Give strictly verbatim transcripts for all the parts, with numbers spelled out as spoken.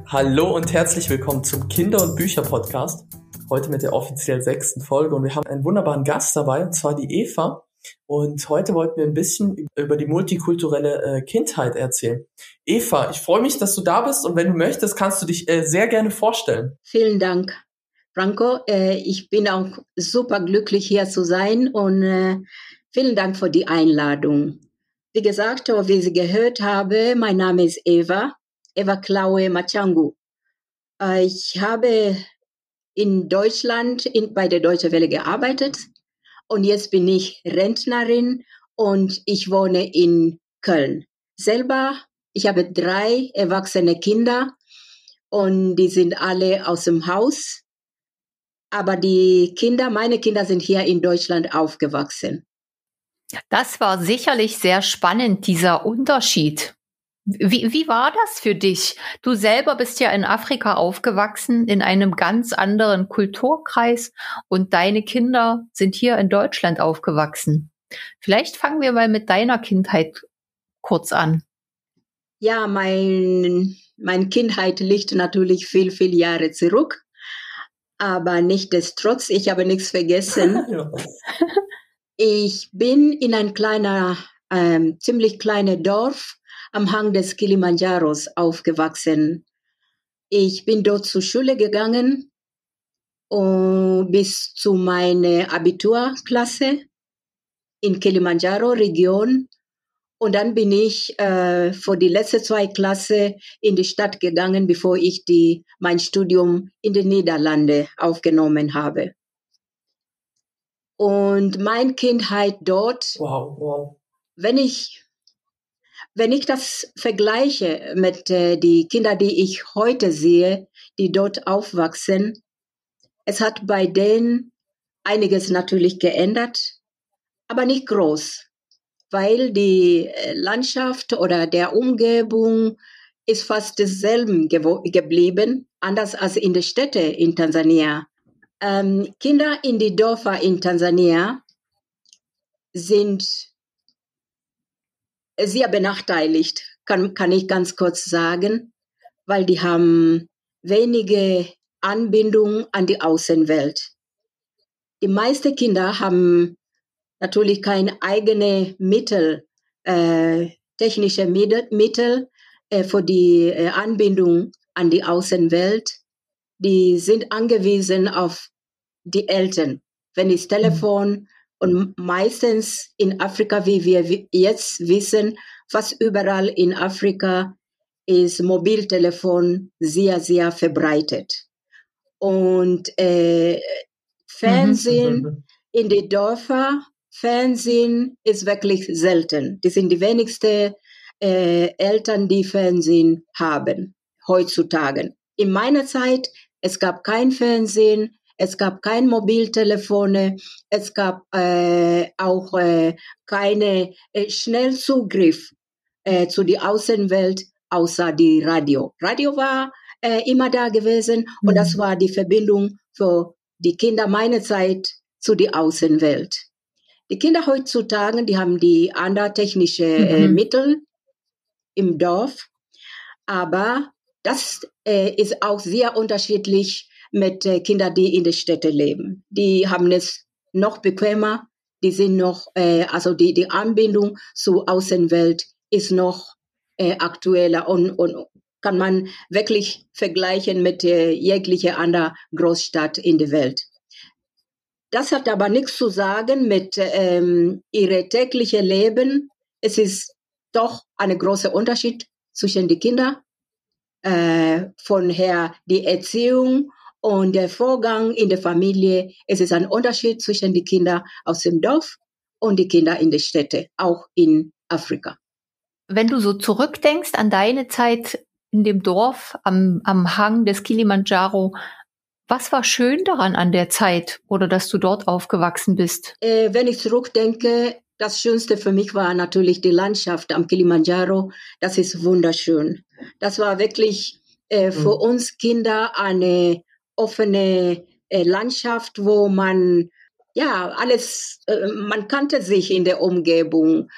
Hallo und herzlich willkommen zum Kinder- und Bücher-Podcast. Heute mit der offiziell sechsten Folge und wir haben einen wunderbaren Gast dabei, und zwar die Eva. Und heute wollten wir ein bisschen über die multikulturelle äh, Kindheit erzählen. Eva, ich freue mich, dass du da bist und wenn du möchtest, kannst du dich äh, sehr gerne vorstellen. Vielen Dank, Franco. Äh, ich bin auch super glücklich, hier zu sein und äh, vielen Dank für die Einladung. Wie gesagt, wie Sie gehört haben, mein Name ist Eva, Eva Klaue Machangu. Äh, ich habe in Deutschland in, bei der Deutschen Welle gearbeitet und jetzt bin ich Rentnerin und ich wohne in Köln. Selber, ich habe drei erwachsene Kinder und die sind alle aus dem Haus. Aber die Kinder, meine Kinder sind hier in Deutschland aufgewachsen. Das war sicherlich sehr spannend, dieser Unterschied. Wie, wie war das für dich? Du selber bist ja in Afrika aufgewachsen, in einem ganz anderen Kulturkreis und deine Kinder sind hier in Deutschland aufgewachsen. Vielleicht fangen wir mal mit deiner Kindheit kurz an. Ja, mein, meine Kindheit liegt natürlich viel, viel Jahre zurück. Aber nichtsdestotrotz, ich habe nichts vergessen. Ja. Ich bin in ein kleiner, ähm, ziemlich kleines Dorf am Hang des Kilimanjaros aufgewachsen. Ich bin dort zur Schule gegangen und bis zu meiner Abiturklasse in Kilimanjaro-Region. Und dann bin ich äh, für die letzten zwei Klassen in die Stadt gegangen, bevor ich die, mein Studium in den Niederlanden aufgenommen habe. Und meine Kindheit dort, Wow, wow. wenn ich, wenn ich das vergleiche mit äh, die Kinder, die ich heute sehe, die dort aufwachsen, es hat bei denen einiges natürlich geändert, aber nicht groß. Weil die Landschaft oder der Umgebung ist fast dasselbe geblieben, anders als in den Städten in Tansania. Ähm, Kinder in die Dörfer in Tansania sind sehr benachteiligt, kann, kann ich ganz kurz sagen, weil die haben wenige Anbindung an die Außenwelt. Die meisten Kinder haben natürlich keine eigenen Mittel, äh, technische Mittel äh, für die äh, Anbindung an die Außenwelt. Die sind angewiesen auf die Eltern. Wenn das Telefon und meistens in Afrika, wie wir jetzt wissen, fast überall in Afrika ist Mobiltelefon sehr, sehr verbreitet. Und äh, Fernsehen Mhm. in den Dörfern, Fernsehen ist wirklich selten. Das sind die wenigsten äh, Eltern, die Fernsehen haben heutzutage. In meiner Zeit, es gab kein Fernsehen, es gab kein Mobiltelefone, es gab äh, auch äh, keine äh, Schnellzugriff äh, zu der Außenwelt außer die Radio. Radio war äh, immer da gewesen und Mhm. das war die Verbindung für die Kinder meiner Zeit zu der Außenwelt. Die Kinder heutzutage, die haben die anderen technische äh, Mhm. Mittel im Dorf, aber das äh, ist auch sehr unterschiedlich mit äh, Kindern, die in den Städten leben. Die haben es noch bequemer, die sind noch, äh, also die, die Anbindung zur Außenwelt ist noch äh, aktueller und, und kann man wirklich vergleichen mit äh, jeglicher anderen Großstadt in der Welt. Das hat aber nichts zu sagen mit ähm, ihrem täglichen Leben. Es ist doch ein großer Unterschied zwischen den Kindern. Äh, von her die Erziehung und der Vorgang in der Familie. Es ist ein Unterschied zwischen den Kindern aus dem Dorf und die Kinder in den Städten, auch in Afrika. Wenn du so zurückdenkst an deine Zeit in dem Dorf am, am Hang des Kilimanjaro, was war schön daran an der Zeit oder dass du dort aufgewachsen bist? Äh, wenn ich zurückdenke, das Schönste für mich war natürlich die Landschaft am Kilimanjaro. Das ist wunderschön. Das war wirklich äh, für Mhm. uns Kinder eine offene äh, Landschaft, wo man ja alles, äh, man kannte sich in der Umgebung.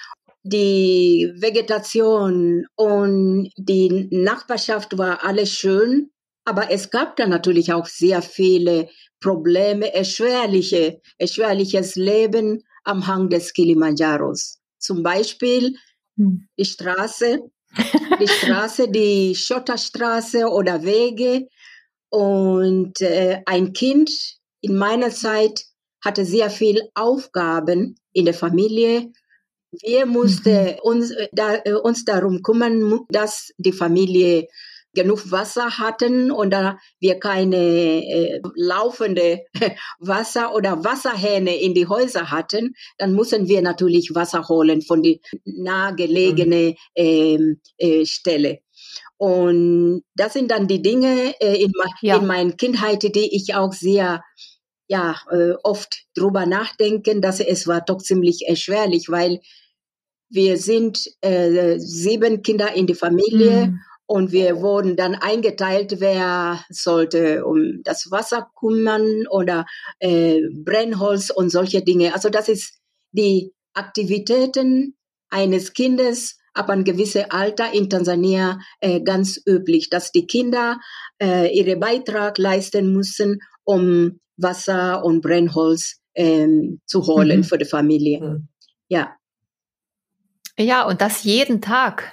die Vegetation und die Nachbarschaft war alles schön, aber es gab da natürlich auch sehr viele Probleme, erschwerliche, erschwerliches Leben am Hang des Kilimanjaros. Zum Beispiel hm. die Straße, die Straße, die Schotterstraße oder Wege. Und äh, ein Kind in meiner Zeit hatte sehr viel Aufgaben in der Familie. Wir mussten mhm. uns, da, uns darum kümmern, dass die Familie genug Wasser hatten und da wir keine äh, laufende Wasser oder Wasserhähne in die Häuser hatten, dann mussten wir natürlich Wasser holen von die nahegelegene äh, äh, Stelle. Und das sind dann die Dinge äh, in, ja. in meiner Kindheit, die ich auch sehr ja, äh, oft drüber nachdenken, dass es war doch ziemlich erschwerlich, weil wir sind äh, sieben Kinder in der Familie mhm. und wir wurden dann eingeteilt, wer sollte um das Wasser kümmern oder äh, Brennholz und solche Dinge. Also das ist die Aktivitäten eines Kindes ab einem gewissen Alter in Tansania äh, ganz üblich, dass die Kinder äh, ihren Beitrag leisten müssen, um Wasser und Brennholz ähm, zu holen mhm. für die Familie. Mhm. Ja. Ja, und das jeden Tag.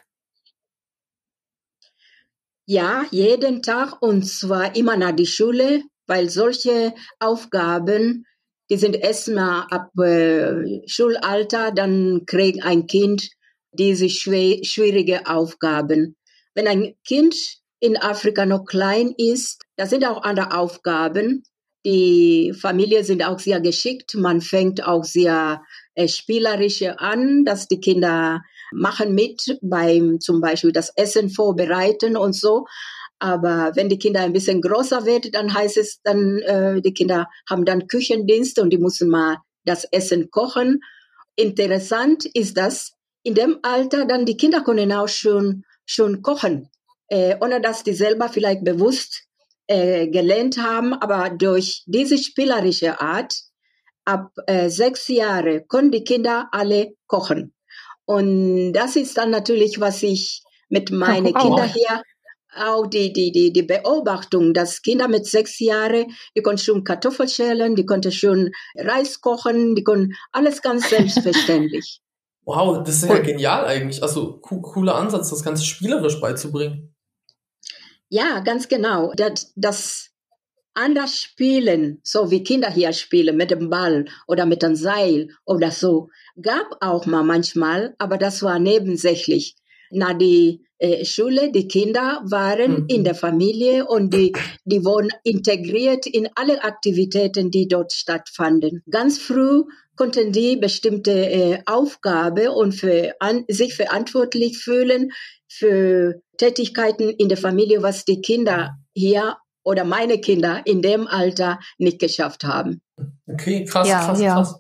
Ja, jeden Tag und zwar immer nach der Schule, weil solche Aufgaben, die sind erstmal ab äh, Schulalter, dann kriegt ein Kind diese schwer, schwierige Aufgaben. Wenn ein Kind in Afrika noch klein ist, da sind auch andere Aufgaben. Die Familien sind auch sehr geschickt. Man fängt auch sehr äh, spielerisch an, dass die Kinder machen mit beim zum Beispiel das Essen vorbereiten und so. Aber wenn die Kinder ein bisschen größer werden, dann heißt es dann, äh, die Kinder haben dann Küchendienst und die müssen mal das Essen kochen. Interessant ist das, in dem Alter dann die Kinder können auch schon, schon kochen, äh, ohne dass die selber vielleicht bewusst äh, gelernt haben, aber durch diese spielerische Art, ab äh, sechs Jahre können die Kinder alle kochen. Und das ist dann natürlich, was ich mit meinen oh, Kindern hier, auch die, die, die, die Beobachtung, dass Kinder mit sechs Jahren, die können schon Kartoffeln schälen, die konnten schon Reis kochen, die können alles ganz selbstverständlich. Wow, das ist ja genial eigentlich. Also co- cooler Ansatz, das Ganze spielerisch beizubringen. Ja, ganz genau. Das, das anders spielen, so wie Kinder hier spielen, mit dem Ball oder mit dem Seil oder so, gab auch mal manchmal, aber das war nebensächlich. Na, die äh, Schule, die Kinder waren mhm. in der Familie und die, die wurden integriert in alle Aktivitäten, die dort stattfanden. Ganz früh konnten die bestimmte äh, Aufgabe und für an, sich verantwortlich fühlen für Tätigkeiten in der Familie, was die Kinder hier oder meine Kinder in dem Alter nicht geschafft haben. Okay, krass, ja, krass, ja. krass.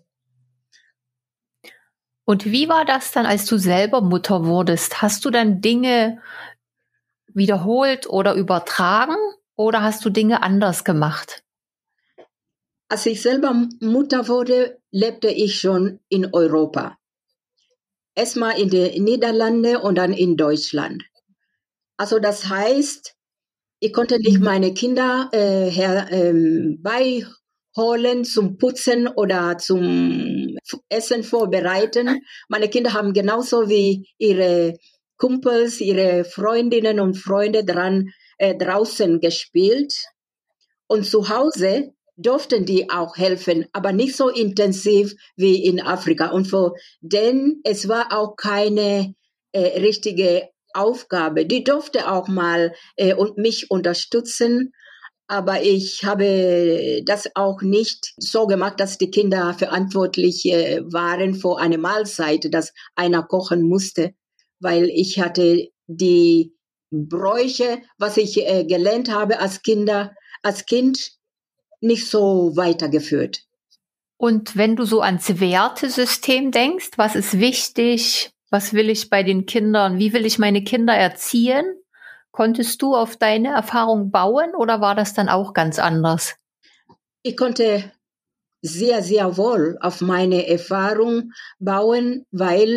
Und wie war das dann, als du selber Mutter wurdest? Hast du dann Dinge wiederholt oder übertragen oder hast du Dinge anders gemacht? Als ich selber Mutter wurde, lebte ich schon in Europa. Erstmal in den Niederlanden und dann in Deutschland. Also das heißt, ich konnte nicht meine Kinder äh, her, ähm, beiholen zum Putzen oder zum Essen vorbereiten. Meine Kinder haben genauso wie ihre Kumpels, ihre Freundinnen und Freunde dran, äh, draußen gespielt. Und zu Hause durften die auch helfen, aber nicht so intensiv wie in Afrika. Und für denn es war auch keine äh, richtige Aufgabe. Die durfte auch mal äh, und mich unterstützen, aber ich habe das auch nicht so gemacht, dass die Kinder verantwortlich äh, waren für eine Mahlzeit, dass einer kochen musste, weil ich hatte die Bräuche, was ich äh, gelernt habe als Kinder, als Kind, nicht so weitergeführt. Und wenn du so ans Wertesystem denkst, was ist wichtig? Was will ich bei den Kindern? Wie will ich meine Kinder erziehen? Konntest du auf deine Erfahrung bauen oder war das dann auch ganz anders? Ich konnte sehr, sehr wohl auf meine Erfahrung bauen, weil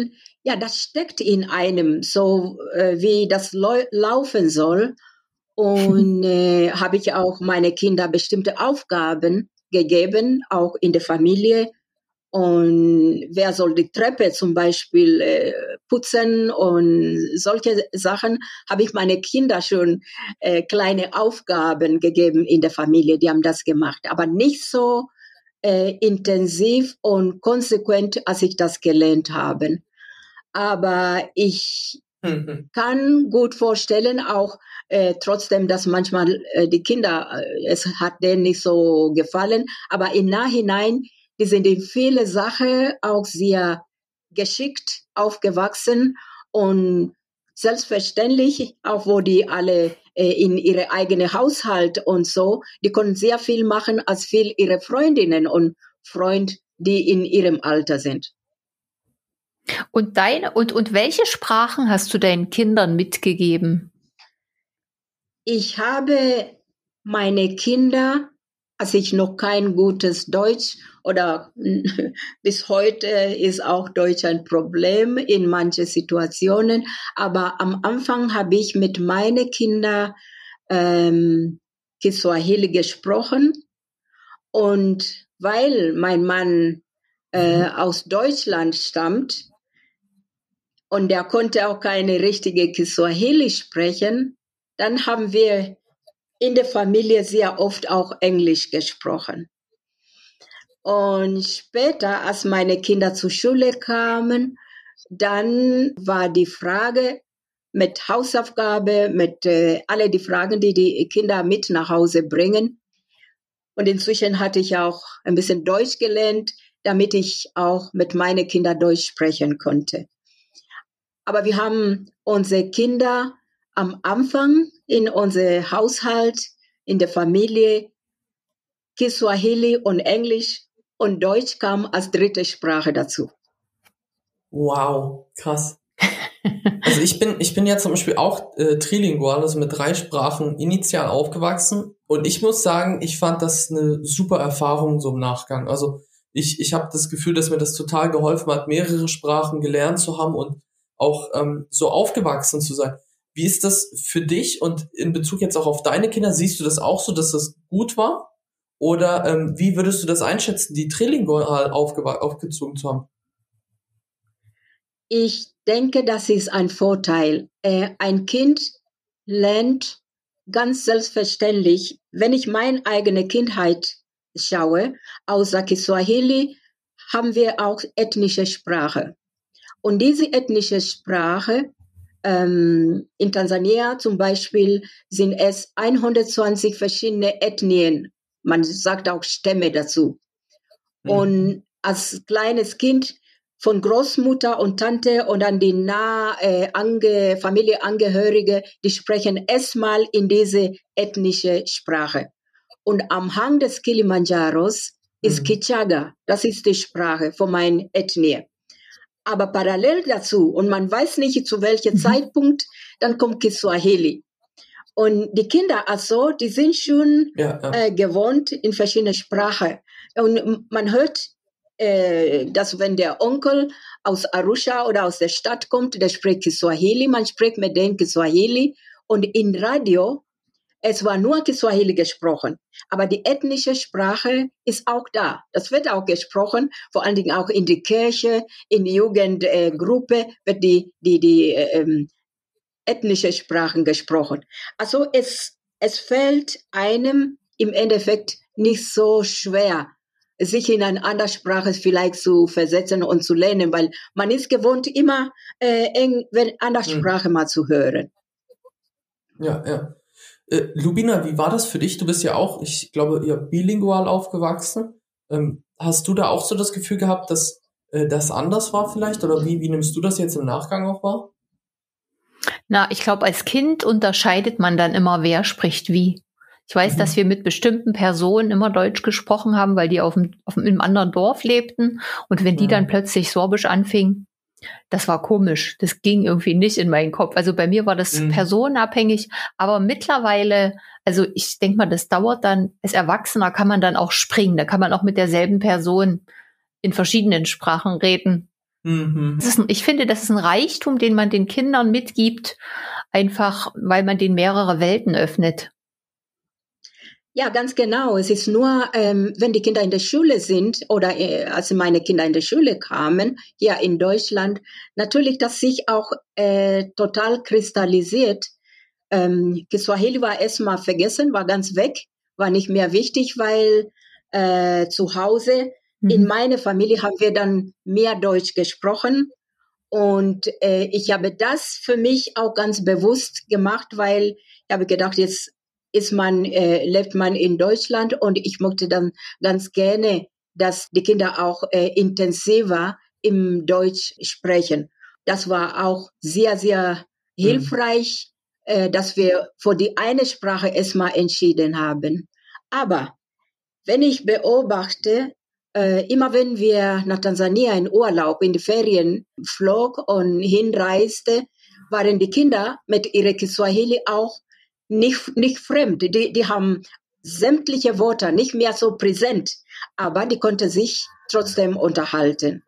ja, das steckt in einem, so äh, wie das lau- laufen soll. Und äh, habe ich auch meine Kinder bestimmte Aufgaben gegeben, auch in der Familie. Und wer soll die Treppe zum Beispiel äh, putzen und solche Sachen, habe ich meine Kinder schon äh, kleine Aufgaben gegeben in der Familie, die haben das gemacht. Aber nicht so äh, intensiv und konsequent, als ich das gelernt habe. Aber ich mhm. kann gut vorstellen, auch äh, trotzdem, dass manchmal äh, die Kinder, äh, es hat denen nicht so gefallen, aber im Nachhinein, die sind in viele Sachen auch sehr geschickt aufgewachsen und selbstverständlich, auch wo die alle äh, in ihre eigene Haushalt und so, die konnten sehr viel machen als viel ihre Freundinnen und Freunde, die in ihrem Alter sind. Und deine, und, und welche Sprachen hast du deinen Kindern mitgegeben? Ich habe meine Kinder, als ich noch kein gutes Deutsch oder bis heute ist auch Deutsch ein Problem in manchen Situationen, aber am Anfang habe ich mit meinen Kindern ähm, Kiswahili gesprochen und weil mein Mann äh, aus Deutschland stammt und er konnte auch keine richtige Kiswahili sprechen, dann haben wir in der Familie sehr oft auch Englisch gesprochen. Und später, als meine Kinder zur Schule kamen, dann war die Frage mit Hausaufgabe, mit äh, alle die Fragen, die die Kinder mit nach Hause bringen. Und inzwischen hatte ich auch ein bisschen Deutsch gelernt, damit ich auch mit meinen Kindern Deutsch sprechen konnte. Aber wir haben unsere Kinder am Anfang in unser Haushalt, in der Familie, Kiswahili und Englisch und Deutsch kam als dritte Sprache dazu. Wow, krass. Also ich bin, ich bin ja zum Beispiel auch äh, trilingual, also mit drei Sprachen initial aufgewachsen und ich muss sagen, ich fand das eine super Erfahrung so im Nachgang. Also ich, ich habe das Gefühl, dass mir das total geholfen hat, mehrere Sprachen gelernt zu haben und auch ähm, so aufgewachsen zu sein. Wie ist das für dich und in Bezug jetzt auch auf deine Kinder? Siehst du das auch so, dass das gut war? Oder ähm, wie würdest du das einschätzen, die trilingual aufgew- aufgezogen zu haben? Ich denke, das ist ein Vorteil. Äh, ein Kind lernt ganz selbstverständlich, wenn ich meine eigene Kindheit schaue, außer Kiswahili haben wir auch ethnische Sprache. Und diese ethnische Sprache, ähm, in Tansania zum Beispiel, sind es hundertzwanzig verschiedene Ethnien. Man sagt auch Stämme dazu. Mhm. Und als kleines Kind von Großmutter und Tante und dann die nahe äh, Ange- Familienangehörige, die sprechen erstmal in diese ethnische Sprache. Und am Hang des Kilimanjaros ist mhm. Kichaga, das ist die Sprache von meiner Ethnie. Aber parallel dazu, und man weiß nicht zu welchem mhm. Zeitpunkt, dann kommt Kiswahili. Und die Kinder also, die sind schon ja, ja. Äh, gewohnt in verschiedene Sprachen. Und man hört, äh, dass wenn der Onkel aus Arusha oder aus der Stadt kommt, der spricht Kiswahili, man spricht mit dem Kiswahili. Und im Radio, es war nur Kiswahili gesprochen. Aber die ethnische Sprache ist auch da. Das wird auch gesprochen, vor allen Dingen auch in der Kirche, in der Jugendgruppe äh, wird die, die, die ähm, ethnische Sprachen gesprochen. Also es, es fällt einem im Endeffekt nicht so schwer, sich in eine andere Sprache vielleicht zu versetzen und zu lernen, weil man ist gewohnt, immer äh, eng, wenn andere Sprache hm. mal zu hören. Ja, ja. Äh, Lubina, wie war das für dich? Du bist ja auch, ich glaube, ja, bilingual aufgewachsen. Ähm, hast du da auch so das Gefühl gehabt, dass äh, das anders war vielleicht? Oder wie, wie nimmst du das jetzt im Nachgang auch wahr? Na, ich glaube, als Kind unterscheidet man dann immer, wer spricht wie. Ich weiß, mhm. dass wir mit bestimmten Personen immer Deutsch gesprochen haben, weil die auf dem, auf einem anderen Dorf lebten. Und wenn die mhm. dann plötzlich Sorbisch anfingen, das war komisch. Das ging irgendwie nicht in meinen Kopf. Also bei mir war das mhm. personenabhängig. Aber mittlerweile, also ich denke mal, das dauert dann, als Erwachsener kann man dann auch springen. Da kann man auch mit derselben Person in verschiedenen Sprachen reden. Mhm. Das ist, ich finde, das ist ein Reichtum, den man den Kindern mitgibt, einfach weil man denen mehrere Welten öffnet. Ja, ganz genau. Es ist nur, ähm, wenn die Kinder in der Schule sind oder äh, als meine Kinder in der Schule kamen, hier in Deutschland, natürlich, dass sich auch äh, total kristallisiert. Ähm, Kiswahili war erstmal vergessen, war ganz weg, war nicht mehr wichtig, weil äh, zu Hause mhm. in meiner Familie haben wir dann mehr Deutsch gesprochen. Und äh, ich habe das für mich auch ganz bewusst gemacht, weil ich habe gedacht, jetzt ist man, äh, lebt man in Deutschland und ich möchte dann ganz gerne, dass die Kinder auch äh, intensiver im Deutsch sprechen. Das war auch sehr, sehr hilfreich, mhm. äh, dass wir für die eine Sprache erstmal entschieden haben. Aber wenn ich beobachte, äh, immer wenn wir nach Tansania in Urlaub, in die Ferien flog und hinreiste, waren die Kinder mit ihrer Kiswahili auch nicht, nicht fremd. Die, die haben sämtliche Wörter nicht mehr so präsent, aber die konnten sich trotzdem unterhalten.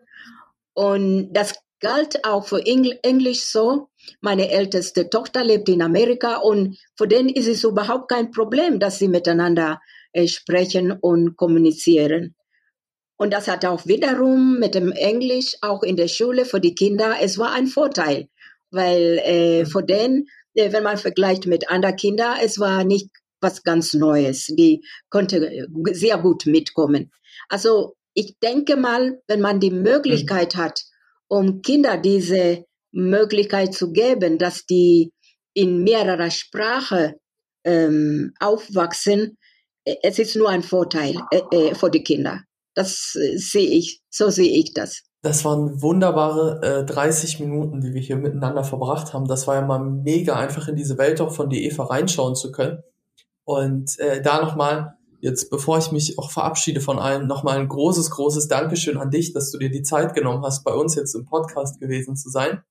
Und das galt auch für Engl- Englisch so. Meine älteste Tochter lebt in Amerika und für den ist es überhaupt kein Problem, dass sie miteinander äh, sprechen und kommunizieren. Und das hat auch wiederum mit dem Englisch auch in der Schule für die Kinder, es war ein Vorteil, weil äh, für den, äh, wenn man vergleicht mit anderen Kindern, es war nicht was ganz Neues. Die konnte sehr gut mitkommen. Also ich denke mal, wenn man die Möglichkeit hat, um Kinder diese Möglichkeit zu geben, dass die in mehrerer Sprache ähm, aufwachsen, es ist nur ein Vorteil äh, äh, für die Kinder. Das äh, sehe ich, so sehe ich das. Das waren wunderbare äh, dreißig Minuten, die wir hier miteinander verbracht haben. Das war ja mal mega, einfach in diese Welt auch von der Eva reinschauen zu können. Und äh, da nochmal, jetzt bevor ich mich auch verabschiede von allen, nochmal ein großes, großes Dankeschön an dich, dass du dir die Zeit genommen hast, bei uns jetzt im Podcast gewesen zu sein.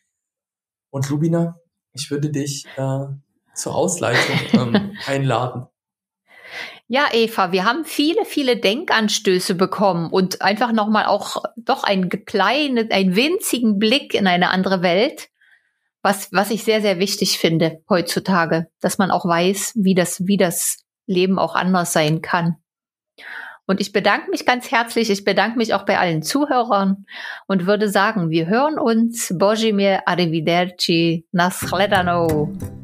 Und Lubina, ich würde dich äh, zur Ausleitung ähm, einladen. Ja, Eva, wir haben viele, viele Denkanstöße bekommen und einfach nochmal auch doch einen kleinen, einen winzigen Blick in eine andere Welt, was, was ich sehr, sehr wichtig finde heutzutage, dass man auch weiß, wie das, wie das Leben auch anders sein kann. Und ich bedanke mich ganz herzlich, ich bedanke mich auch bei allen Zuhörern und würde sagen, wir hören uns. Božimir, arrivederci, nasledano.